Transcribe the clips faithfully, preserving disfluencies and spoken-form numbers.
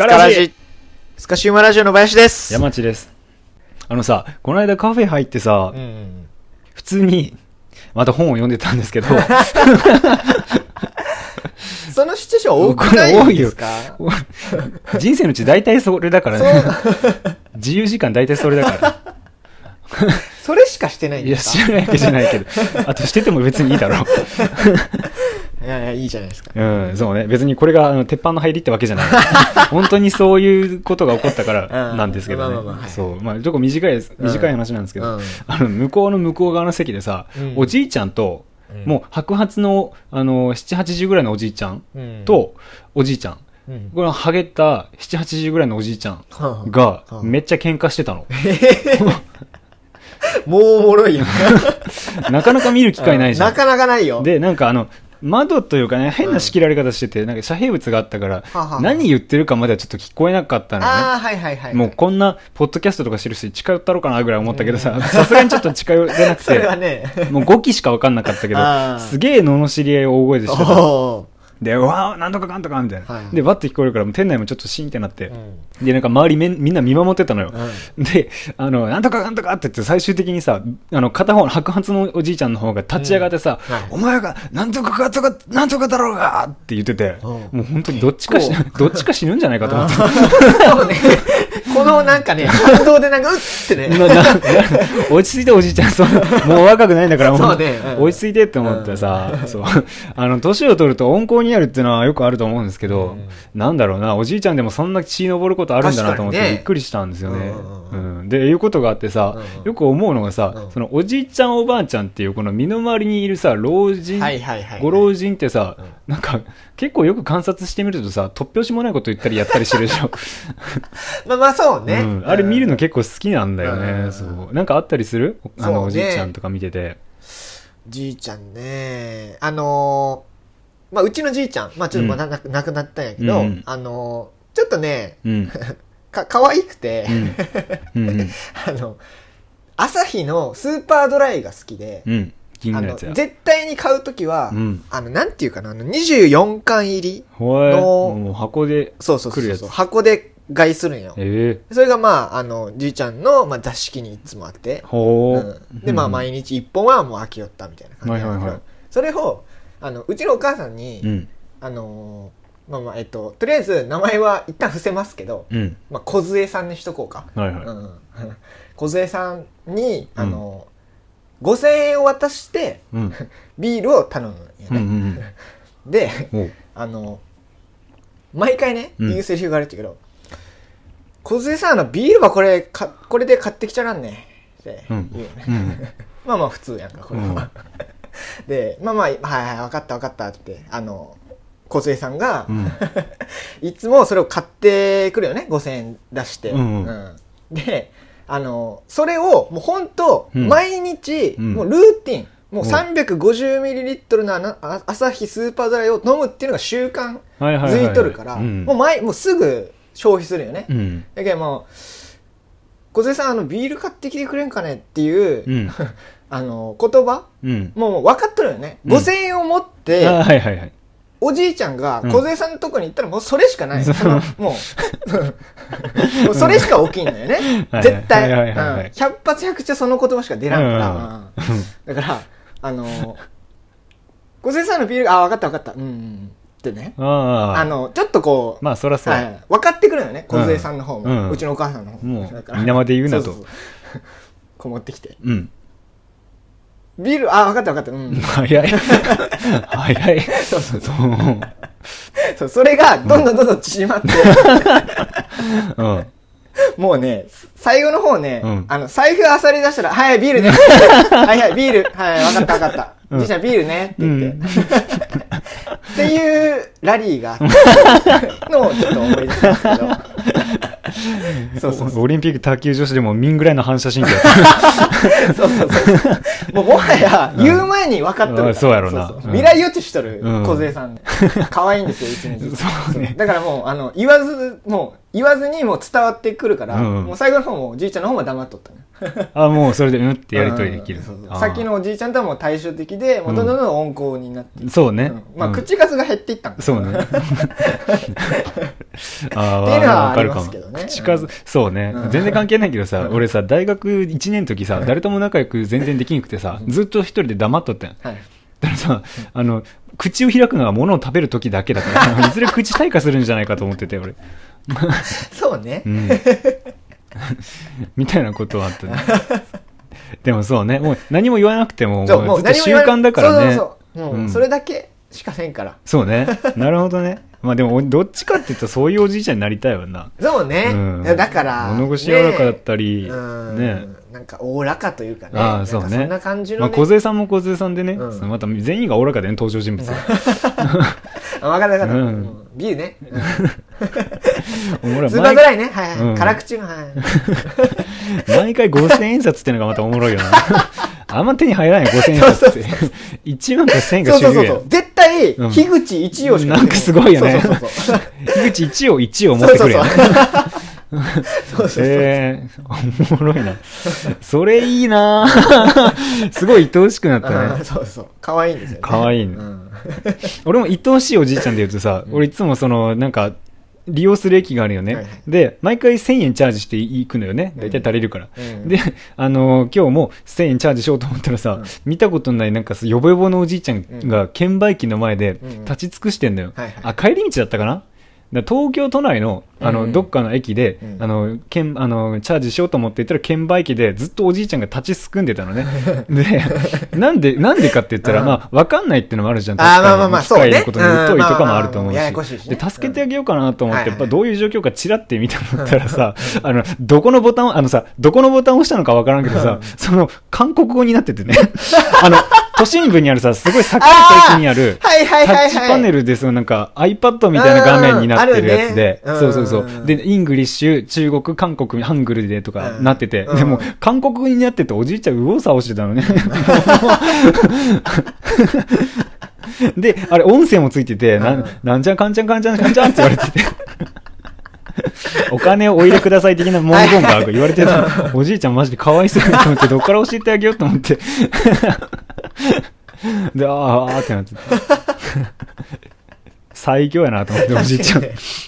カラジスカシウマラジオの林です。 山地です。あのさ、この間カフェ入ってさ、うんうん、普通にまた本を読んでたんですけどそのシチュエーション多くないですか？ 人生のうち大体それだからね自由時間大体それだからそれしかしてないんですか？ いや、してないわけじゃないけどあとしてても別にいいだろういやいや、いいじゃないですか。 うん、そうね。別にこれがあの鉄板の入りってわけじゃない本当にそういうことが起こったからなんですけどね。まあまあまあ、はい、そう。まあ、ちょっと短いです。短い話なんですけど、うん、あの、向こうの向こう側の席でさ、うん、おじいちゃんと、うん、もう白髪の、あの、ななじゅう、はちじゅうぐらいのおじいちゃんと、おじいちゃん。うん、これハゲたななじゅう、はちじゅうぐらいのおじいちゃんがめっちゃ喧嘩してたの。 もうおもろいよなかなか見る機会ないじゃん。 なかなかないよ。 で、なんかあの、窓というかね、変な仕切られ方してて、うん、なんか遮蔽物があったから、はは何言ってるかまではちょっと聞こえなかったのね。 ああ、はいはいはい。 もうこんな、ポッドキャストとかしてるし、近寄ったろうかなぐらい思ったけどさ、さすがにちょっと近寄れなくて、 それはね、 もうごきしか分かんなかったけど、すげえ罵り合い大声でしてた。で、わー、なんとかかんとかみたいな。はい、で、バッと聞こえるから、もう店内もちょっとシーンってなって、うん、で、なんか周りめみんな見守ってたのよ。うん、で、あの、なんとかかんとかって言って、最終的にさ、あの、片方の白髪のおじいちゃんの方が立ち上がってさ、うんはい、お前が、なんとかかとか、なんとかだろうがって言ってて、うん、もう本当にどっちかし、どっちか死ぬんじゃないかと思って。 そうね。このなんかね、反動でなんか、うってね。なな落ち着いておじいちゃん、そうもう若くないんだから、もう、 そうねうん、 落ち着いてって思ってさ、うん、そう。あの、年を取ると温厚になるっていうのはよくあると思うんですけど、うん、なんだろうな、おじいちゃんでもそんな血昇ることあるんだなと思ってびっくりしたんですよね。うんうん、で、いうことがあってさ、うん、よく思うのがさ、うん、そのおじいちゃんおばあちゃんっていうこの身の回りにいるさ、老人、はいはいはいはい、ご老人ってさ、うん、なんか結構よく観察してみるとさ、突拍子もないこと言ったりやったりしてるでしょ。 まあまあそうね、うん。 あれ見るの結構好きなんだよね。うん、そうなんかあったりする？あの、ね、おじいちゃんとか見てて。 じいちゃんね、あのー、まあ、うちのじいちゃん、まあ、ちょっとまだ亡くなったんやけど、うん、あのー、ちょっとね、うん、か、可愛くて、うんうん、あの、朝日のスーパードライが好きで、うん、あの絶対に買うときは、うん、あの、なんていうかな、あの、にじゅうよんかん入りの、 もう箱で来るやつ。そうそうそうそう、 箱で買いするんよ。えー、それがまあ、あの、じいちゃんの、まあ、座敷にいつもあって、ほー、うん、で、まあ、毎日いっぽんはもう飽きよったみたいな感じなんだけど、はいはいはい、それを、あの、うちのお母さんに、うん、あのー、まあまあ、えっと、とりあえず名前は一旦伏せますけど、うん、まあ、小杖さんにしとこうか。はいはい。うん、小杖さんに、あのー、ごせんえんを渡して、うん、ビールを頼むんよね。うんうんうん、で、あのー、毎回ね、言うセリフがあるんだけど、うん、小杖さんのビールはこれ、か、これで買ってきちゃらんね。って言うよね。うんうん、まあまあ普通やんか、これは。うんで、まあまあ、はいはい、分かった分かったって、あの、小杉さんが、うん、いつもそれを買ってくるよね、ごせんえん出して。うんうん、で、あの、それを、もうほんと、毎日、うん、もうルーティン、もう さんびゃくごじゅうミリリットル のアサヒスーパードライを飲むっていうのが習慣づいとるから、もう毎、もうすぐ消費するよね。うん、だけどもう、小杉さん、あの、ビール買ってきてくれんかねっていう、うんあの言葉、うん、もう分かっとるよね、うん、ごせんえんを持って、はいはいはい、おじいちゃんが小杉さんのとこに行ったらもうそれしかない、うん、そのもうもうそれしか起きんのよね、うん、絶対、はいはいはいはい、うん、ひゃく発ひゃく中その言葉しか出ないから、うんうん、だからあの小杉さんのビールあ分かった分かったうん、うん、ってね あ, あのちょっとこうまあそらそう、はい、 分かってくるよね小杉さんの方も、うん、うちのお母さんの方も、 もう皆まで言うなとそうそうそうこう持ってきてうんビール、あ、分かった分かった。うん。 早い。早い。 そうそうそう。そう、それがどんどんどんどん縮まって、うん、もうね、最後の方ね、うん、あの、財布漁り出したら、はい、ビールね。はいはい、ビール。はい、分かった分かった。うん、じいちゃんビールね。って言って。うん、っていうラリーがあったのをちょっと思い出したんですけど。 そうそうそう、オリンピック卓球女子でも民ぐらいの反射神経そうそうそうもうもはや言う前に分かっとるから、うん、 そうやろな、 そうそう、未来予知しとる梢さん、可愛いんですようちのじいちゃん。そう、ね、だからもうあの言わずもう言わずにもう伝わってくるから、うん、もう最後の方もおじいちゃんの方も黙っとったねあ、もうそれでうんってやり取りできる、うん、そうそう、さっきのおじいちゃんとはもう対照的でもうどんどんどん温厚になって、 うん、そうね、 うん、まあ、うん、口数が減っていったんだ、 そうねあっていうのはありますけどね。 口数、そうね、うん、全然関係ないけどさ、うん、俺さ大学いちねんの時さ、誰とも仲良く全然できなくてさ、ずっと一人で黙っとったん、はい、だからさ、あの口を開くのは物を食べる時だけだからいずれ口退化するんじゃないかと思ってて俺そうね、うん、 みたいなことはあったねでもそうね、もう何も言わなくてももうずっと習慣だからね。 そうそうそう、もう、うん、それだけしかせんから。そうね、なるほどね。まあでもどっちかって言ったらそういうおじいちゃんになりたいわな。 そうね、うん、だから物腰柔らかだったり ね, ね、なんかおおらかというかね、 ああそうね、 そんな感じの、ね、 まあ、小杉さんも小杉さんでね、うん、そのまた全員がおおらかでね、登場人物が分かった分かった、うん、ビールね、うん、おもろい、スーパーぐらいね、はいはい、うん、辛口の、はい毎回ごせんえん札っていうのがまたおもろいよなあんま手に入らないごせんえん札っていちまんごせんえんが主流やん。そうそうそう、 絶対樋口一葉しか、 うん、なんかすごいよね。そうそうそう樋口一葉一葉持ってくるやん。そうそうそうそうえー、おもろいな。それいいなすごい愛おしくなったね。 そうそう、可愛いんですよね。 可愛いね、うん、俺も愛おしいおじいちゃんで言うとさ、うん、俺いつもそのなんか利用する駅があるよね、はいはい、で毎回せんえんチャージしていくのよね、だいたい足りるから、うん、で、あのー、今日もせんえんチャージしようと思ったらさ、うん、見たことないなんかヨボヨボのおじいちゃんが券売機の前で立ち尽くしてんのよ、うんうん、あ、帰り道だったかな、だ東京都内のあの、うん、どっかの駅で、うん、あの券あのチャージしようと思って言ったら券売機でずっとおじいちゃんが立ちすくんでたのねでなんでなんでかって言ったら、まあ分かんないっていうのもあるじゃん、確かに、あ、まあまあまあ、機械のことに疎いとかもあると思うし、で助けてあげようかなと思って、やっぱどういう状況かチラって見てもらったらさ、あのどこのボタンをあのさどこのボタンを押したのか分からんけどさ、その韓国語になっててねあの都心部にあるさ、すごい栄えた駅にあるタッチパネルで、そのなんか iPad みたいな画面になってるやつで、そうそうそう。で、イングリッシュ、中国、韓国、ハングルでとかなってて、でも、韓国語になってておじいちゃん右往左往してたのね。で、あれ音声もついてて、な、なんちゃんかんちゃんかんちゃんかんちゃんって言われてて。お金をお入れください的な文言が言われてたおじいちゃんマジでかわいそうと思って、どっから教えてあげようと思ってで、あーあーってなって最強やなと思っておじいちゃん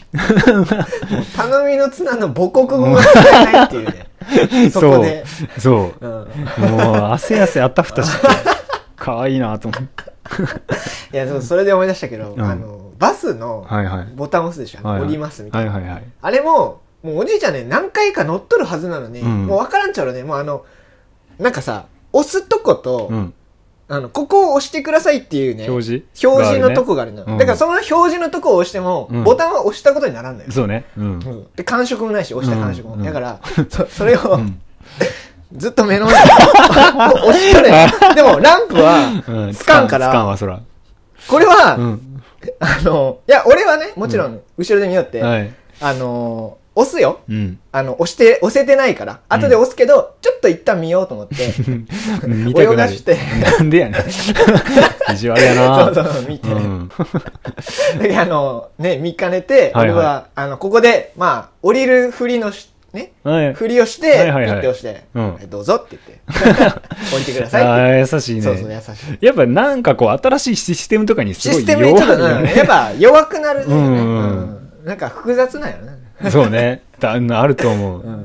頼みの綱の母国語が使えないっていうねそこでそう、うん、もう汗汗あったふたしてかわいいなと思っていや、それで思い出したけど、うん、あのバスのボタンを押すでしょ、はいはい、降りますみたいな、はいはいはい、あれももうおじいちゃんね何回か乗っとるはずなのに、うん、もう分からんちゃうのね。もうあのなんかさ、押すとこと、うん、あのここを押してくださいっていうね、 表示表示のとこがあるの、ね、うん、だからその表示のとこを押しても、うん、ボタンは押したことにならんのよ。 そうね、うん、 で感触もないし押した感触も、うん、だから、うん、そ, それを、うんずっと目の前に押しとれでもランプはつかんから、うん、つかんわそらこれは、うん、あのいや俺はねもちろん後ろで見よって、うんはい、あの押すよ、うん、あの押して押せてないから後で押すけど、うん、ちょっと一旦見ようと思って泳がしてなんでやねん意地悪やなそうそう見て、うん、であのね見かねて、はいはい、俺はあのここでまあ降りるふりのしね、はい、振りをして、はいはいはい、ピッて押して、うん、どうぞって言って降りてくださいってあ優しいね。 そうそう優しい。 やっぱなんかこう新しいシステムとかにすごい弱い、ね、 システムにちょっと、ね、やっぱ弱くなる、ねうんうんうん、なんか複雑なんやろね。 そうねあると思う、うんうん、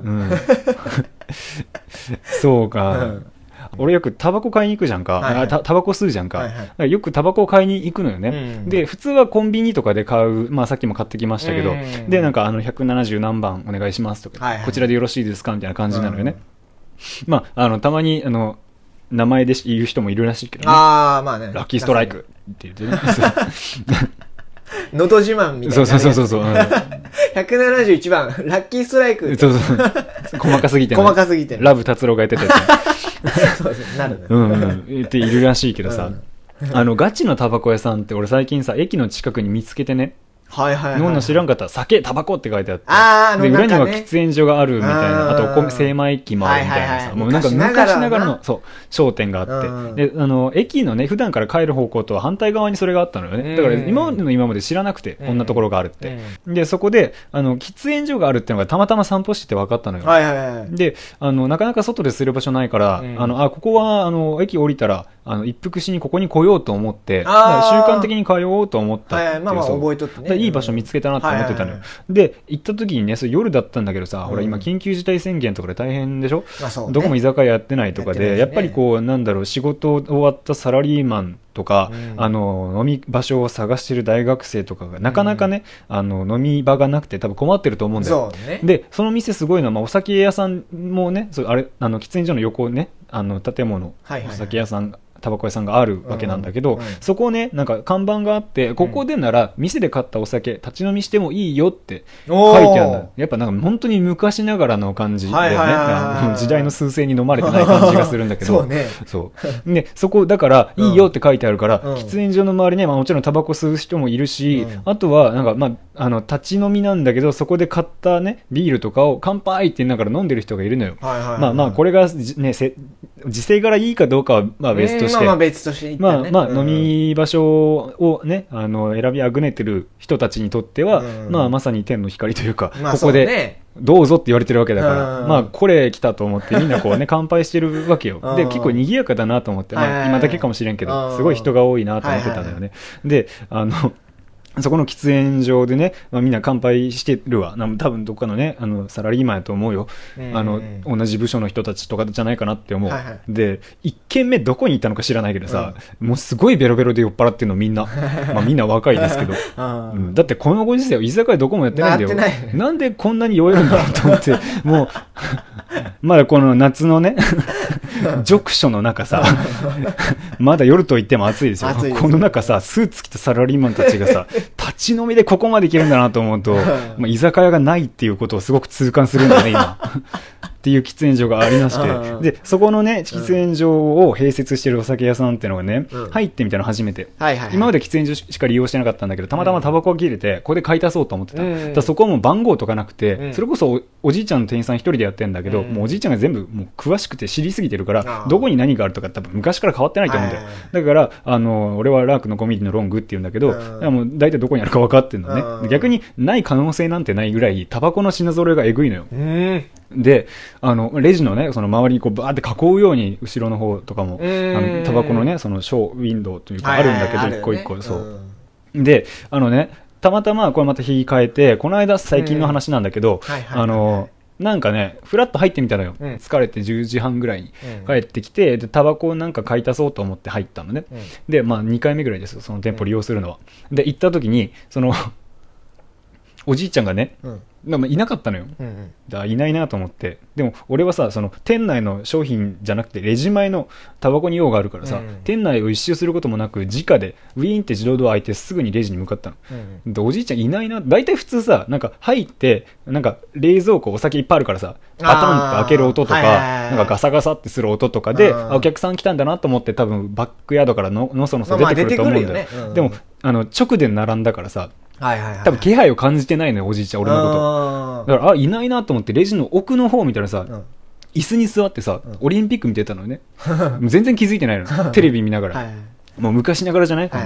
そうか、うん俺よくタバコ買いに行くじゃんか、はいはい、たタバコ吸うじゃんか、はいはい、よくタバコを買いに行くのよね、うん、で普通はコンビニとかで買う、まあ、さっきも買ってきましたけど、うん、でなんかあのひゃくななじゅう何番お願いしますとか、はいはい、こちらでよろしいですかみたいな感じなのよね、うん、まああのたまにあの名前で言う人もいるらしいけどね、 あ、まあね、 ラッキーストライクって言ってねのど自慢みたいな。 そうそうそうそうそう、うん、ひゃくななじゅういちばんラッキーストライク。 そうそう細かすぎて、 ね、細かすぎて、ね、 ラブ達郎がやってたやつそうそうなるね、 うんうん、っているらしいけどさ、うん、あのガチのタバコ屋さんって俺最近さ駅の近くに見つけてね、 はいはいはい、 飲んの知らんかったら酒タバコって書いてあって、 あー、 で裏には喫煙所があるみたいな、あとお米精米機もあるみたいなさ、はいはいはい、もうなんか昔ながらのそう商店があって、であの駅のね普段から帰る方向とは反対側にそれがあったのよね。だから今までの今まで知らなくて、こんなところがあるって、でそこであの喫煙所があるっていうのがたまたま散歩してて分かったのよ、 はいはいはい、 であのなかなか外でする場所ないから、うん、あのあここはあの駅降りたらあの一服しにここに来ようと思って、習慣的に通おうと思ったっていう、はいはい、まあまあ覚えとってね、いい場所見つけたなって思ってたのよ、はいはいはい、で行った時にねそれ夜だったんだけどさ、うん、ほら今緊急事態宣言とかで大変でしょ、まあそうね、どこも居酒屋やってないとかでや、ね、やっぱりこうなんだろう仕事終わったサラリーマンとか、うん、あの飲み場所を探してる大学生とかがなかなかね、うん、あの飲み場がなくて多分困ってると思うんだよ。そう、ね、でその店すごいのは、まあ、お酒屋さんもねそあれあの喫煙所の横ねあの建物、はいはいはい、お酒屋さんタバコ屋さんがあるわけなんだけど、うんうん、そこねなんか看板があってここでなら店で買ったお酒立ち飲みしてもいいよって書いてあるの。やっぱなんか本当に昔ながらの感じでね、はいはいはいはい、時代の趨勢に飲まれてない感じがするんだけどそうね、そうでそこだからいいよって書いてあるから、うん、喫煙所の周りね、まあ、もちろんタバコ吸う人もいるし、うん、あとはなんか、まあ、あの立ち飲みなんだけどそこで買ったねビールとかを乾杯って言いながら飲んでる人がいるのよ、はいはいはいはい、まあまあこれがねせ時勢柄いいかどうかはまあ別として、 まあ別として、ね、 まあまあ飲み場所をねあの選びあぐねてる人たちにとっては、うん、まあまさに天の光というか、まあ、ここでどうぞって言われてるわけだから、うん、まあこれ来たと思ってみんなこうね乾杯してるわけよ。で結構賑やかだなと思って、まあ、今だけかもしれんけどすごい人が多いなと思ってたんだよね。であのそこの喫煙所でね、まあ、みんな乾杯してるわ。多分どっかのねあのサラリーマンやと思うよ、うん、あの同じ部署の人たちとかじゃないかなって思う、はいはい、でいっ軒目どこにいたのか知らないけどさ、うん、もうすごいベロベロで酔っ払ってるのみんなまあみんな若いですけど、うん、だってこのご時世居酒屋どこもやってないんだよ。 な, なんでこんなに酔えるんだろうと思ってもうまだこの夏のね読書の中さまだ夜と言っても暑いですよ。暑いです。この中さスーツ着たサラリーマンたちがさ立ち飲みでここまでいけるんだなと思うとまあ居酒屋がないっていうことをすごく痛感するんだね今っていう喫煙所がありましてでそこのね喫煙所を併設してるお酒屋さんっていうのがね、うん、入ってみたの初めて、はいはいはい、今まで喫煙所しか利用してなかったんだけどたまたまタバコが切れてここで買い足そうと思ってた、うん、だそこはもう番号とかなくて、うん、それこそ お, おじいちゃんの店員さん一人でやってるんだけど、うん、もうおじいちゃんが全部もう詳しくて知りすぎてるからどこに何があるとか多分昔から変わってないと思うんだよ、はいはいはい、だからあの俺はラークのごミリのロングって言うんだけど、うん、もう大体どこにあるか分かってるのね、うん、逆にない可能性なんてないぐらいタバコの品揃えがえぐいのよ、うんであのレジのねその周りにこうバーって囲うように後ろの方とかもあのタバコのねそのショーウィンドウというかあるんだけど、はいはい、一個一個、ね、そう、うん、であのねたまたまこれまた日変えてこの間最近の話なんだけど、はいはいはいはい、あのなんかねフラッと入ってみたのよ、うん、疲れてじゅうじはんぐらいに帰ってきて、うん、でタバコをなんか買い足そうと思って入ったのね、うん、でまあにかいめぐらいですその店舗利用するのは、うん、で行った時にそのおじいちゃんがね、うんでもいなかったのよ、うんうん、だからいないなと思ってでも俺はさその店内の商品じゃなくてレジ前のタバコに用があるからさ、うんうん、店内を一周することもなく直でウィーンって自動ドア開いてすぐにレジに向かったの、うんうん、でおじいちゃんいないな大体普通さなんか入ってなんか冷蔵庫お酒いっぱいあるからさパタンって開ける音とか、はいはいはい、なんかガサガサってする音とかであお客さん来たんだなと思って多分バックヤードからののそのそ出てくると思うんだよ、まあまあ出てくるよね、うんうん、でもあの直で並んだからさはいはいはい、多分気配を感じてないのよおじいちゃん俺のことだからあいないなと思ってレジの奥の方見たらさ、うん、椅子に座ってさ、うん、オリンピック見てたのね全然気づいてないのテレビ見ながら、はい、もう昔ながらじゃない、はい、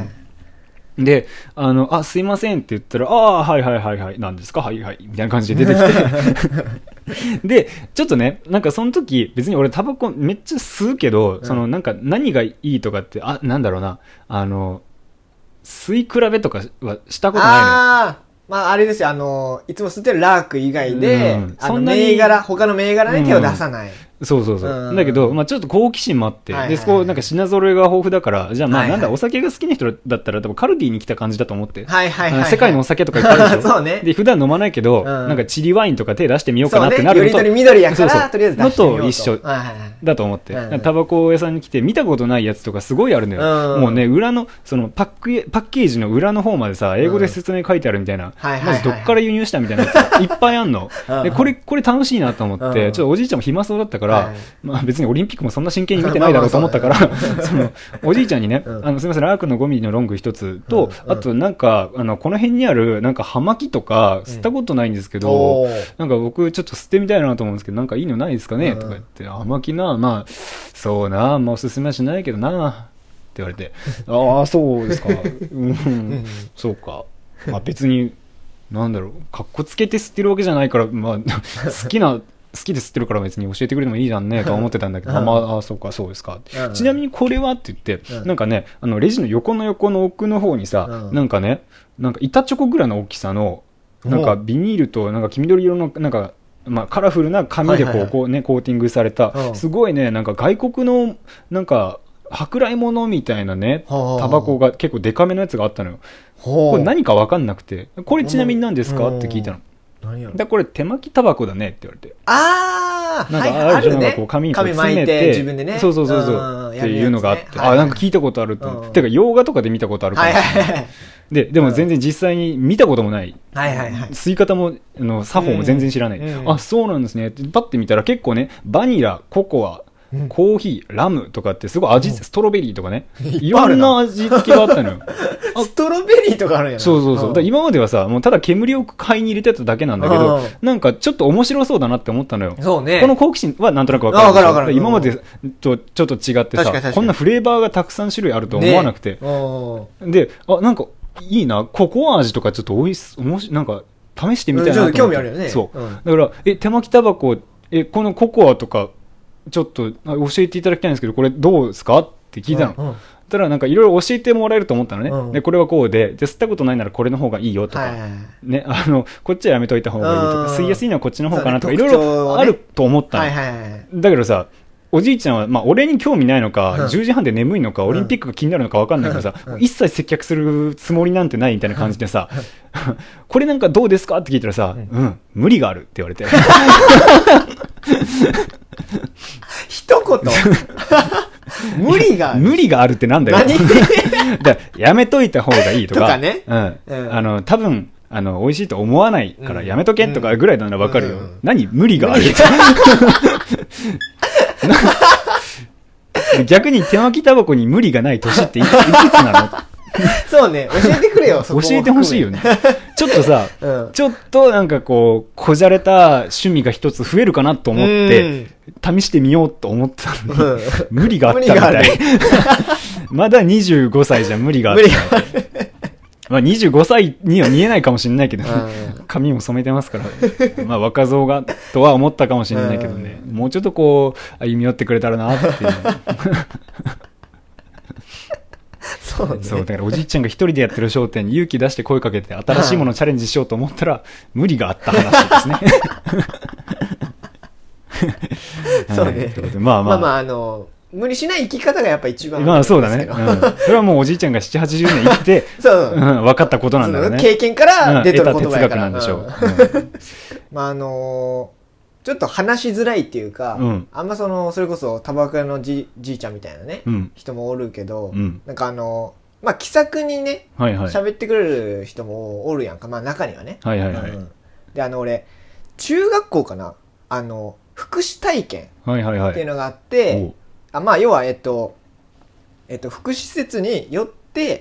であのあすいませんって言ったらあはいはいはいはい何ですかはいはいみたいな感じで出てきてでちょっとねなんかその時別に俺タバコめっちゃ吸うけど、うん、そのなんか何がいいとかってあなんだろうなあの吸い比べとかはしたことないのよ。ああ、まああれですよ、あのいつも吸ってるラーク以外で、うん、あの銘柄他の銘柄に手を出さない。うんそうそうそう、うん、だけど、まあ、ちょっと好奇心もあって、はいはいはい、でそこなんか品揃えが豊富だからじゃあまあなんだ、はいはい、お酒が好きな人だったら多分カルディに来た感じだと思って、はいはいはいはい、世界のお酒とかいっぱいあるでしょそう、ね、で普段飲まないけど、うん、なんかチリワインとか手出してみようかなってなるのと、ね、緑やからそうそうとりあえず出してみようとのと一緒だと思って、はいはい、タバコ屋さんに来て見たことないやつとかすごいあるのよ、うん、もうね裏のそのパックパッケージの裏の方までさ英語で説明書いてあるみたいな、うん、マジどっから輸入したみたいなやついっぱいあんのでこれこれ楽しいなと思って、うん、ちょっとおじいちゃんも暇そうだったかから、はい、まあ別にオリンピックもそんな真剣に見てないだろうと思ったから、そのおじいちゃんにね、うん、あのすみませんラークのごミリのロング一つと、うん、あとなんかあのこの辺にあるなんか葉巻とか吸ったことないんですけど、うん、なんか僕ちょっと吸ってみたいなと思うんですけどなんかいいのないですかね、うん、とか言って葉巻なまあそうなあんまおすすめはしないけどなって言われてああそうですか、うん、そうか、まあ別になんだろうかっこつけて吸ってるわけじゃないから、まあ、好きな好きで吸ってるから別に教えてくれてもいいじゃんねとは思ってたんだけど、うん、まああそうかそうですか、うん、ちなみにこれはって言って、うん、なんかねあのレジの横の横の奥の方にさ、うん、なんかねなんか板チョコぐらいの大きさのなんかビニールとなんか黄緑色のなんかまあ、カラフルな紙でこう、はいはいはい、こうねコーティングされた、うん、すごいねなんか外国のなんか舶来物みたいなねタバコが結構デカめのやつがあったのよ。これ何か分かんなくてこれちなみに何ですかって聞いたの。何やろだこれ手巻きタバコだねって言われてああなんかあるじゃん、はい、なんかこう紙にこう詰めて自分でねそうそうそうそうっていうのがあって、はいはい、あなんか聞いたことあるって、うん、てか洋画とかで見たことあるかもしれない、はいはいはい、ででも全然実際に見たこともない、はいはいはい、吸い方もあの作法も全然知らない、うん、あそうなんですねってパッて見たら結構ねバニラココアコーヒーラムとかってすごい味、うん、ストロベリーとかねいろんな味付けがあったのよストロベリーとかあるんやな。 そうそうそう、うん、だ今まではさもうただ煙を買いに入れてただけなんだけど、うん、なんかちょっと面白そうだなって思ったのよ。 そうね、 この好奇心はなんとなく分かるんですよ。かる今までとちょっと違ってさこんなフレーバーがたくさん種類あると思わなくて、ね、であなんかいいなココア味とかちょっとおいしおもしなんか試してみたいなと思って、 興味あるよね。 そう、うん、だからえ手巻きタバコえこのココアとかちょっと教えていただきたいんですけどこれどうですかって聞いたの、うんうん、たらなんかいろいろ教えてもらえると思ったのね、うん、でこれはこうでで吸ったことないならこれの方がいいよとか、はいはいね、あのこっちはやめといた方がいいとか吸いやすいのはこっちの方かなとかいろいろあると思ったの、はいはいはい、だけどさおじいちゃんは、まあ、俺に興味ないのか、うん、じゅうじはんで眠いのかオリンピックが気になるのか分かんないからさ、うん、一切接客するつもりなんてないみたいな感じでさ、うん、これなんかどうですかって聞いたらさ、うん、うん、無理があるって言われて一言無理がある無理があるってなんだよだやめといた方がいいとか、とかね、うんうん、あの多分あの美味しいと思わないからやめとけとかぐらいなら分かるよ、うんうん、何無理がある逆に手巻きタバコに無理がない年っていくつなのそうね教えてくれよそこ教えてほしいよねちょっとさ、うん、ちょっとなんかこうこじゃれた趣味が一つ増えるかなと思って試してみようと思ったのに、うん、無理があったみたいまだにじゅうごさいじゃ無理があったみたいまあ、にじゅうごさいには見えないかもしれないけど、うん、髪も染めてますから、まあ、若造がとは思ったかもしれないけどね、うん、もうちょっとこう歩み寄ってくれたらなっていうそうね、 そうだからおじいちゃんが一人でやってる商店に勇気出して声かけて新しいものをチャレンジしようと思ったら無理があった話ですねそうね、はい、まあまあ、まあまあ、あの無理しない生き方がやっぱ一番まあそうだね、うん、それはもうおじいちゃんがななじゅうはちじゅうねん生きてそう、うん、分かったことなんだろうね。 経験から出てる言葉やから、 うん、得た哲学なんでしょう、うん、 まああのー、ちょっと話しづらいっていうか、うん、あんまそのそれこそタバコ屋の じ, じいちゃんみたいなね、うん、人もおるけど、うん、なんかあのー、まあ気さくにね喋、はいはい、ってくれる人もおるやんか、まあ中にはね、はいはいはい、うん、であの俺中学校かなあの福祉体験っていうのがあって、はいはいはい、あまあ要はえっとえっと福祉施設によって、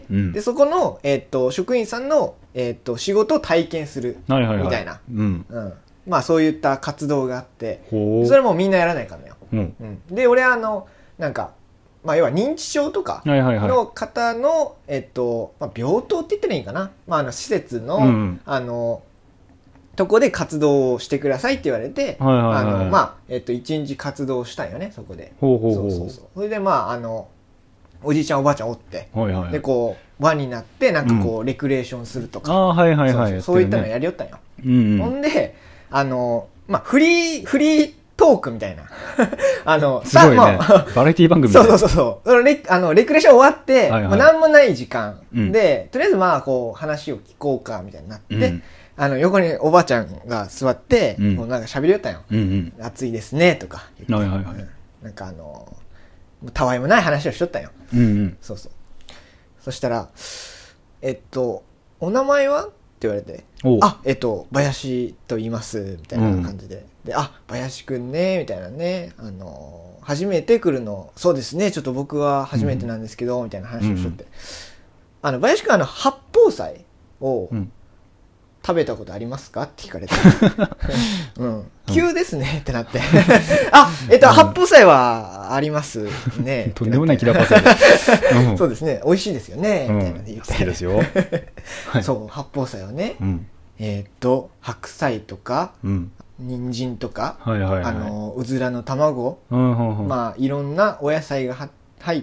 うん、でそこのえっと職員さんのえっと仕事を体験するみたいな、はいはいはい、うんうん、まあそういった活動があって、それもみんなやらないからよ、うんうん、で俺はあのなんかまあ要は認知症とかの方の、はいはいはい、えっとまあ、病棟って言ったらいいかな、まあ、あの施設の、うん、あのとこで活動をしてくださいって言われて、はいはいはい、あのまあえっと一日活動したんよねそこで。ほうほうほう。そうそうそう。それでまああのおじいちゃんおばあちゃんおって、はいはい、でこう輪になってなんかこう、うん、レクレーションするとか、あはいはいはい、そうそう、そういったのやりよったんよ。うんうん、ほんであのまあフリーフリートークみたいなあのすごいね、まあ、バラエティ番組みたいな。 そうそうそうそう。レあのレクレーション終わって、はいはい、まあ、何もない時間、うん、でとりあえずまあこう話を聞こうかみたいになって。うん、あの横におばあちゃんが座って、うん、もうなんか喋りよったんよ、うんうん、暑いですねとか言って、はいはいはい、なんかあのたわいもない話をしとったんよ、うんうん、そうそう。そしたらえっとお名前はって言われて、あ、えっと、林と言います、みたいな感じで。うん、で、あ、林くんね、みたいなね、あの、初めて来るの、そうですね、ちょっと僕は初めてなんですけど、うん、みたいな話をしとって。うん、あの、林くんあの、八宝菜を、うん、食べたことありますかって聞かれて。うん。急ですねってなって。あ、えっと、八宝菜はありますね。 とんでもないキラパスで。そうですね。美味しいですよね。みたいなで言って。 好きですよ。 そう、八宝菜はね、えっと、白菜とか、人参とか、あの、うずらの卵、まあ、いろんなお野菜が入って、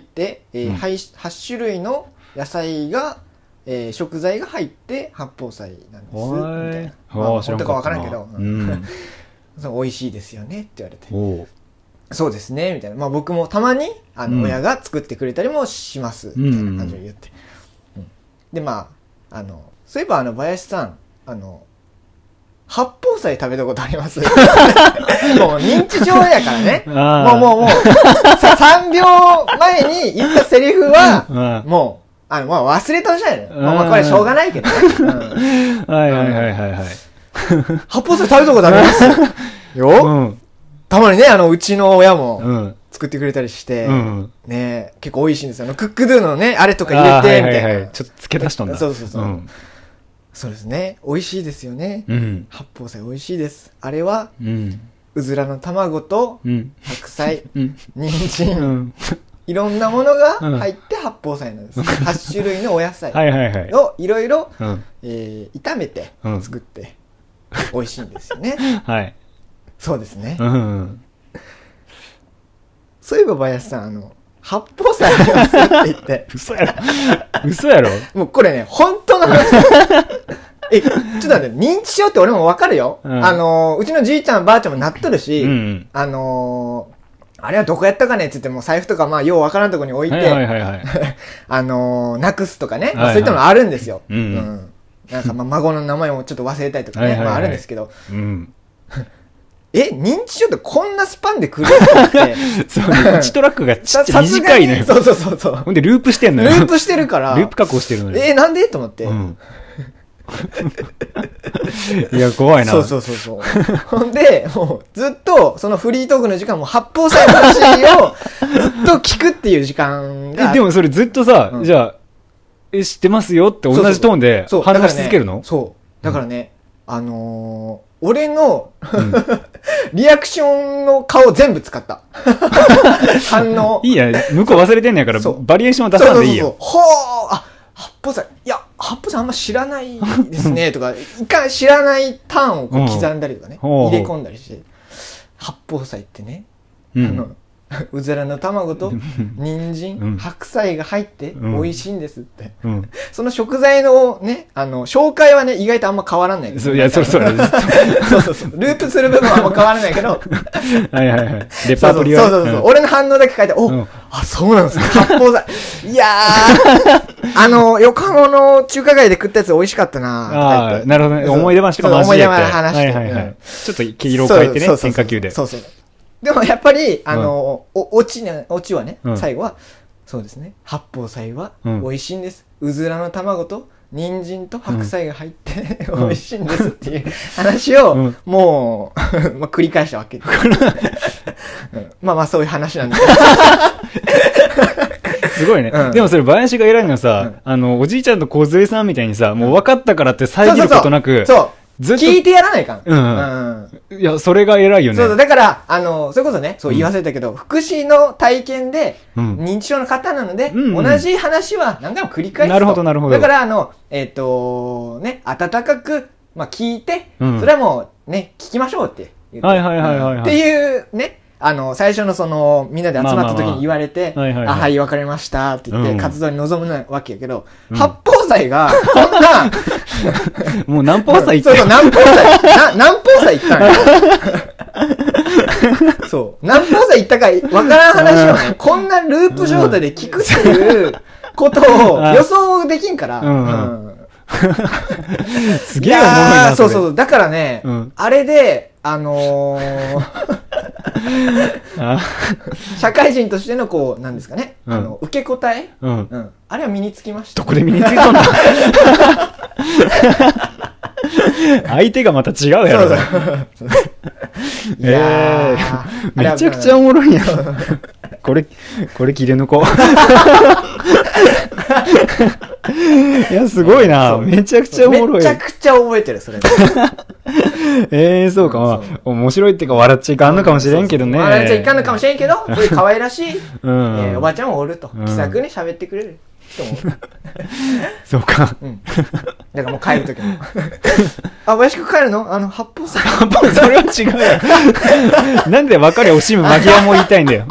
はち種類の野菜が、えー、食材が入って八宝菜なんですみたいな、まあ、本当か分からんけど、うん、そう美味しいですよねって言われて、そうですねみたいな、まあ、僕もたまにあの、うん、親が作ってくれたりもしますみたいな感じで言って、うんうん、でまああのそういえばあの林さんあの八宝菜食べたことありますもう認知症やからねもうもうもうさんびょうまえに言ったセリフはもうあの、まあ、忘れたんじゃないの、まあ、まあ、これしょうがないけどね。うん、 はいはいはいはいはい。 八宝菜食べたことありますよ、うん、たまにね、あの、うちの親も作ってくれたりして、うん、ね、結構美味しいんですよ。クックドゥのね、あれとか入れて、みたいな、はいはいはい。 ちょっと付け足したんだ。 そうそうそう。うん、そうですね。美味しいですよね。うん、八宝菜美味しいです。あれは、うん、うずらの卵と、白菜、うん、人参、うんいろんなものが入って八宝菜なんです。うん、はち種類のお野菜をいろいろ炒めて作って美味しいんですよね。はい。そうですね。うん、そういえば林さん、あの、八宝菜ありますって言って。 嘘やろ嘘やろもうこれね、本当の話。え、ちょっと待って、認知症って俺もわかるよ。うん、あの、うちのじいちゃんばあちゃんもなっとるし、うんうん、あのー、あれはどこやったかねって言っても財布とかまあようわからんとこに置いて、はいはいはいはい、あのー、なくすとかね、まあ、そういったのあるんですよ。はいはい、うん、うん。なんかまあ孫の名前もちょっと忘れたりとかね、はいはいはい、まああるんですけど。うん、え、認知症ってこんなスパンで来るのって。 そうね。いちトラックがちっちゃい短いのよ。 そうそうそうそう。 ほんでループしてんのよ。 ループしてるから。 ループ加工してるのよ。 えー、なんでと思って。うんいや怖いな。 そうそうそうそう。ほんでもうずっとそのフリートークの時間も八宝菜の話をずっと聞くっていう時間が。 えでもそれずっとさ、うん、じゃあえ知ってますよって同じトーンで話し続けるの？ そうだからね、うん、あのー、俺の、うん、リアクションの顔全部使った。反応。 いいや向こう忘れてんねやからバリエーションを出さんでいいよ。 そうそうそう。ほーあ八宝菜いや八宝菜あんま知らないですねとか一回知らないターンをこう刻んだりとかね、うん、入れ込んだりして八宝菜ってね、うん、あのうずらの卵と人参、うん、白菜が入って美味しいんですって、うん、その食材のねあの紹介はね意外とあんま変わらないけど、 いやそれそれそうそうそうループする部分はあんま変わらないけどはいはいはいレパートリーはそうそうそうそう、うん、俺の反応だけ書いてお、うん、あそうなんですね八宝菜いやーあの横浜の中華街で食ったやつ美味しかったなとか言って、 あなるほどね思い出話とか思い出話して、 はいはいはい、ちょっと黄色を変えてね変化球でそうそうでもやっぱり、あの、うん、お、おちね、おちはね、うん、最後は、そうですね、八宝菜は美味しいんです。うん、うずらの卵と人参と白菜が入って、うん、美味しいんですっていう話を、うん、もう、まあ、繰り返したわけです、うん。まあまあそういう話なんですすごいね、うん。でもそれ林が偉いのはさ、うん、あの、おじいちゃんと小杉さんみたいにさ、もう分かったからって遮ることなく、 そうそうそうずっと聞いてやらないかん。うん。 うん、いや、それが偉いよね。 そうそう。だから、あの、それこそね、そう言わせたけど、うん、福祉の体験で、認知症の方なので、うんうん、同じ話は何回も繰り返すと。 なるほど、なるほど。 だから、あの、えっ、ー、と、ね、温かく、まあ、聞いて、うん、それはもう、ね、聞きましょうって言って。 はいはいはいはい、はい。 っていう、ね、あの、最初のその、みんなで集まった時に言われて、あ、はい、わかりました、って言って、活動に臨むわけやけど、うん、八宝菜が、こんな、 もう何宝菜行ったそうそう、何宝菜、な、何宝菜行ったんや。そう。何宝菜行ったかわからん話をね、こんなループ状態で聞くっていうことを予想できんから、うんうんすげえおもろいな。 そうそう。だからね、うん、あれで、あのー、社会人としてのこう、なんですかね、うん、あの、受け答え、うんうん、あれは身につきました。 どこで身についたんだ相手がまた違うやろ。いやー、めちゃくちゃおもろいやん。これ、これ切れ抜こう。いや、すごいな。めちゃくちゃおもろい。 めちゃくちゃ覚えてる、それ。 えー、そうか。まあ、面白いってか笑っちゃいかんのかもしれんけどね。 笑っちゃいかんのかもしれんけど、そういう可愛らしい、うん、えー、おばちゃんもおると。気さくに喋ってくれる人もおる。 そうか。 うん。だからもう帰るときも。あ、林くん帰るのあの、八方斎。 八方それは違うよ。なんで別れ惜しむ間際も言いたいんだよ。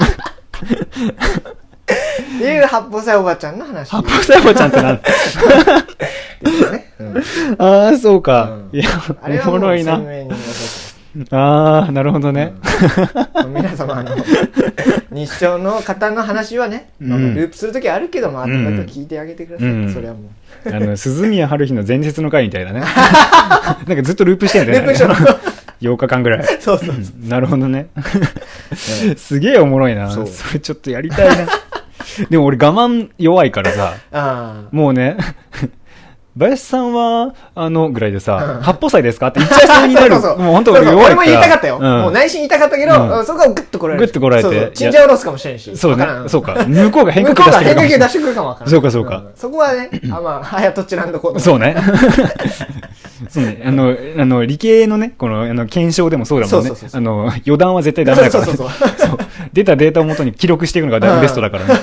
っていう八方斎おばちゃんの話。 八方斎おばちゃんってなんだね、うん、ああ、そうか。うん、いや、おもろいな。ああ、なるほどね。 うん、皆様、あの、日照の方の話はね、うん、ループするときあるけども、後々聞いてあげてください。うん、それはもう。 あの、鈴宮春日の前日の回みたいなね。なんかずっとループしてんだよね。ループしてる。ようかかんぐらい。 そうそうそう。 なるほどね。すげえおもろいな。それちょっとやりたいな。でも俺我慢弱いからさ、あもうね、林さんは、あの、ぐらいでさ、八方斎ですかって言っちゃいそうになる。そうそうそうもう本当俺弱いから。 俺も言いたかったよ。うん、もう内心言いたかったけど、うん、そこはグッとこられる。 グッとこられて。そうそうチンジャオロスかもしれんし。 そうね。そうか。向こうが変化球出してくるかもしれん。向こうが変化球出してくるかもわからない。 そうかそうか。うん、 そこはね、あ、まあ、早とちらんとこ。 そうね。そうね。あの、あの、理系のね、この、あの、検証でもそうだもんね。そうそうそうあの、余談は絶対ダメだからね。そうそうそう。そう。出たデータをもとに記録していくのがベストだからね。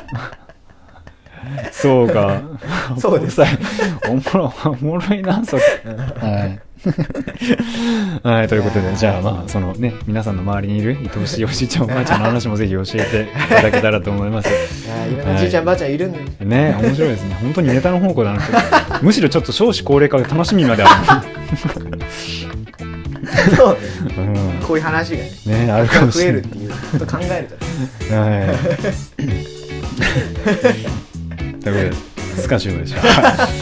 そうか。 そうです。 おもろ、おもろいな、それ。はい。はい、ということで、じゃあまあ、そのね、皆さんの周りにいる愛おしいおじいちゃんおばあちゃんの話もぜひ教えていただけたらと思います。 いろんなおじいちゃんばあちゃんいるんで。 ね、面白いですね。本当にネタの宝庫だなって。むしろちょっと少子高齢化が楽しみまである。 そうね、うん。こういう話がね、 ねあるかもしれない。 増えるっていうこと考えると。はい。 ということで、スカシューでした。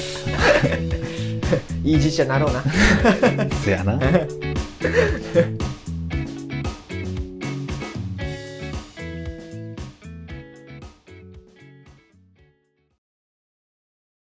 いいじいちゃんなろうな。 せやな。